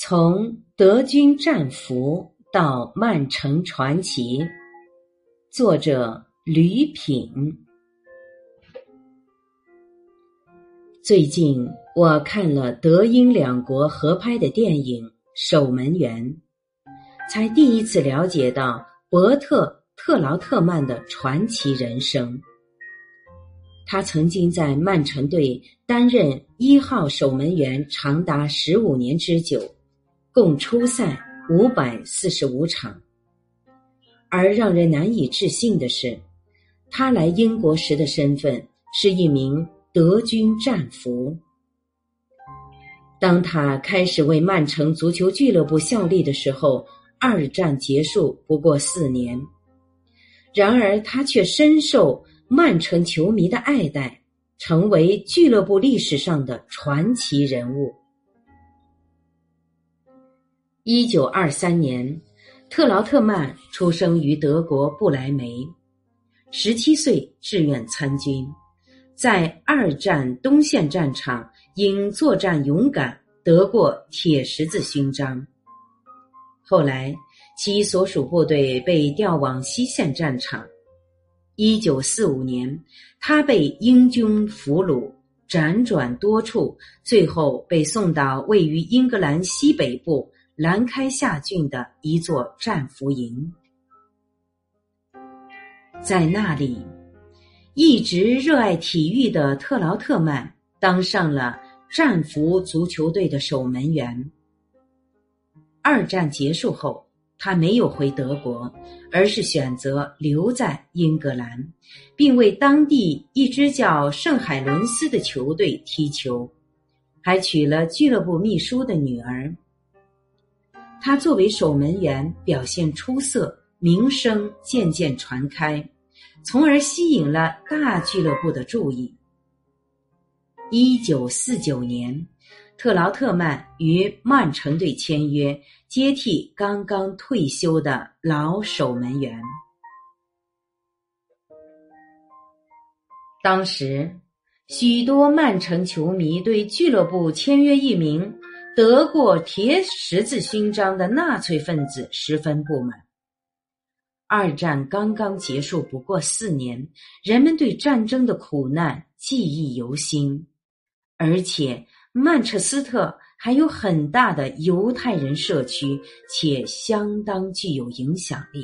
从德军战俘到曼城传奇，作者吕品。最近我看了德英两国合拍的电影《守门员》，才第一次了解到伯特·特劳特曼的传奇人生。他曾经在曼城队担任1号守门员长达15年之久，共出赛545场。而让人难以置信的是，他来英国时的身份是一名德军战俘。当他开始为曼城足球俱乐部效力的时候，二战结束不过4年。然而他却深受曼城球迷的爱戴，成为俱乐部历史上的传奇人物。1923年，特劳特曼出生于德国不来梅，17岁志愿参军，在二战东线战场因作战勇敢得过铁十字勋章。后来其所属部队被调往西线战场。1945年，他被英军俘虏，辗转多处，最后被送到位于英格兰西北部兰开夏郡的一座战俘营。在那里，一直热爱体育的特劳特曼当上了战俘足球队的守门员。二战结束后，他没有回德国，而是选择留在英格兰，并为当地一支叫圣海伦斯的球队踢球，还娶了俱乐部秘书的女儿。他作为守门员表现出色，名声渐渐传开，从而吸引了大俱乐部的注意。1949年，特劳特曼与曼城队签约，接替刚刚退休的老守门员。当时，许多曼城球迷对俱乐部签约一名得过铁十字勋章的纳粹分子十分不满。二战刚刚结束不过4年，人们对战争的苦难记忆犹新，而且曼彻斯特还有很大的犹太人社区，且相当具有影响力。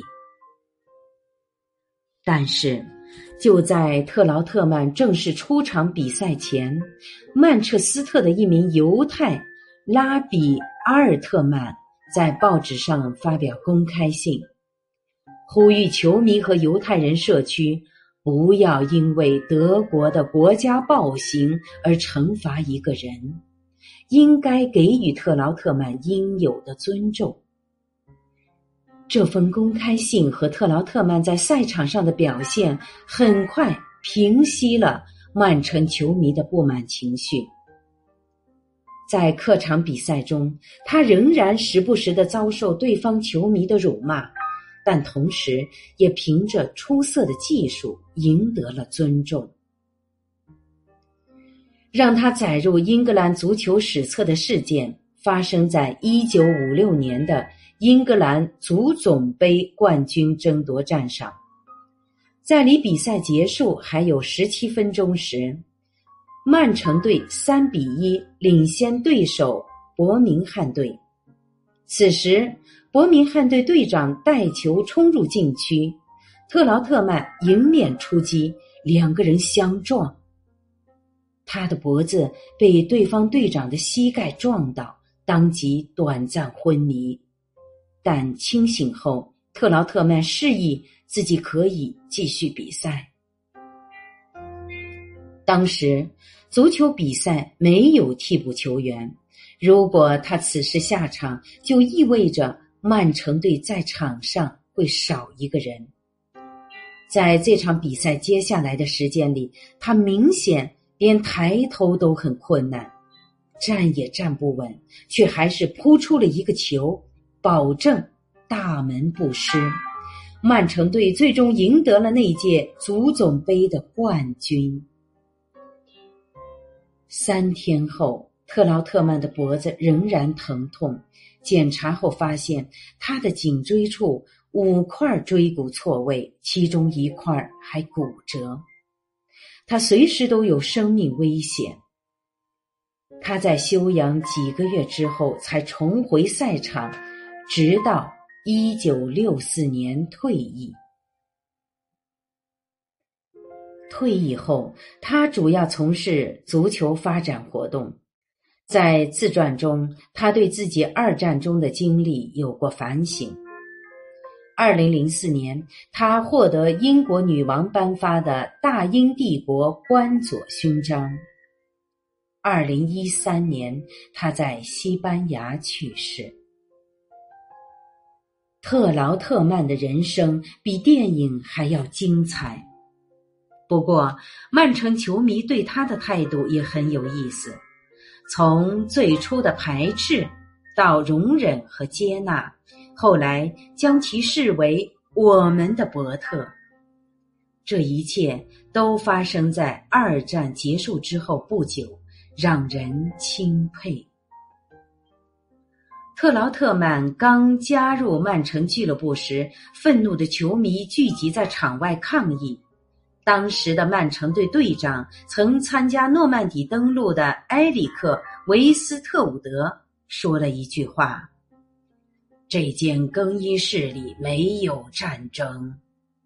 但是就在特劳特曼正式出场比赛前，曼彻斯特的一名犹太拉比阿尔特曼在报纸上发表公开信，呼吁球迷和犹太人社区不要因为德国的国家暴行而惩罚一个人，应该给予特劳特曼应有的尊重。这封公开信和特劳特曼在赛场上的表现很快平息了曼城球迷的不满情绪。在客场比赛中，他仍然时不时地遭受对方球迷的辱骂，但同时也凭着出色的技术赢得了尊重。让他载入英格兰足球史册的事件发生在1956年的英格兰足总杯冠军争夺战上。在离比赛结束还有17分钟时，曼城队3-1领先对手伯明翰队。此时伯明翰队队长带球冲入禁区，特劳特曼迎面出击，两个人相撞。他的脖子被对方队长的膝盖撞到，当即短暂昏迷。但清醒后，特劳特曼示意自己可以继续比赛。当时足球比赛没有替补球员，如果他此时下场，就意味着曼城队在场上会少一个人。在这场比赛接下来的时间里，他明显连抬头都很困难，站也站不稳，却还是扑出了一个球，保证大门不失。曼城队最终赢得了那届足总杯的冠军。3天后， 特劳特曼的脖子仍然疼痛，检查后发现他的颈椎处5块椎骨错位，其中1块还骨折，他随时都有生命危险。他在休养几个月之后才重回赛场，直到1964年退役。退役后，他主要从事足球发展活动。在自传中，他对自己2战中的经历有过反省。2004年，他获得英国女王颁发的大英帝国官佐勋章。2013年，他在西班牙去世。特劳特曼的人生比电影还要精彩。不过，曼城球迷对他的态度也很有意思，从最初的排斥到容忍和接纳，后来将其视为我们的伯特。这一切都发生在2战结束之后不久，让人钦佩。特劳特曼刚加入曼城俱乐部时，愤怒的球迷聚集在场外抗议。当时的曼城队队长曾参加诺曼底登陆的埃里克·维斯特伍德说了一句话：这间更衣室里没有战争。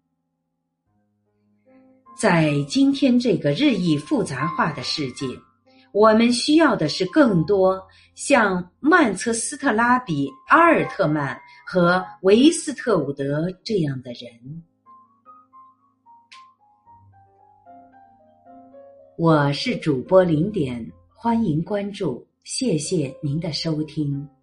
在今天这个日益复杂化的世界，我们需要的是更多像曼彻斯特拉比、阿尔特曼和维斯特伍德这样的人。我是主播0点，欢迎关注，谢谢您的收听。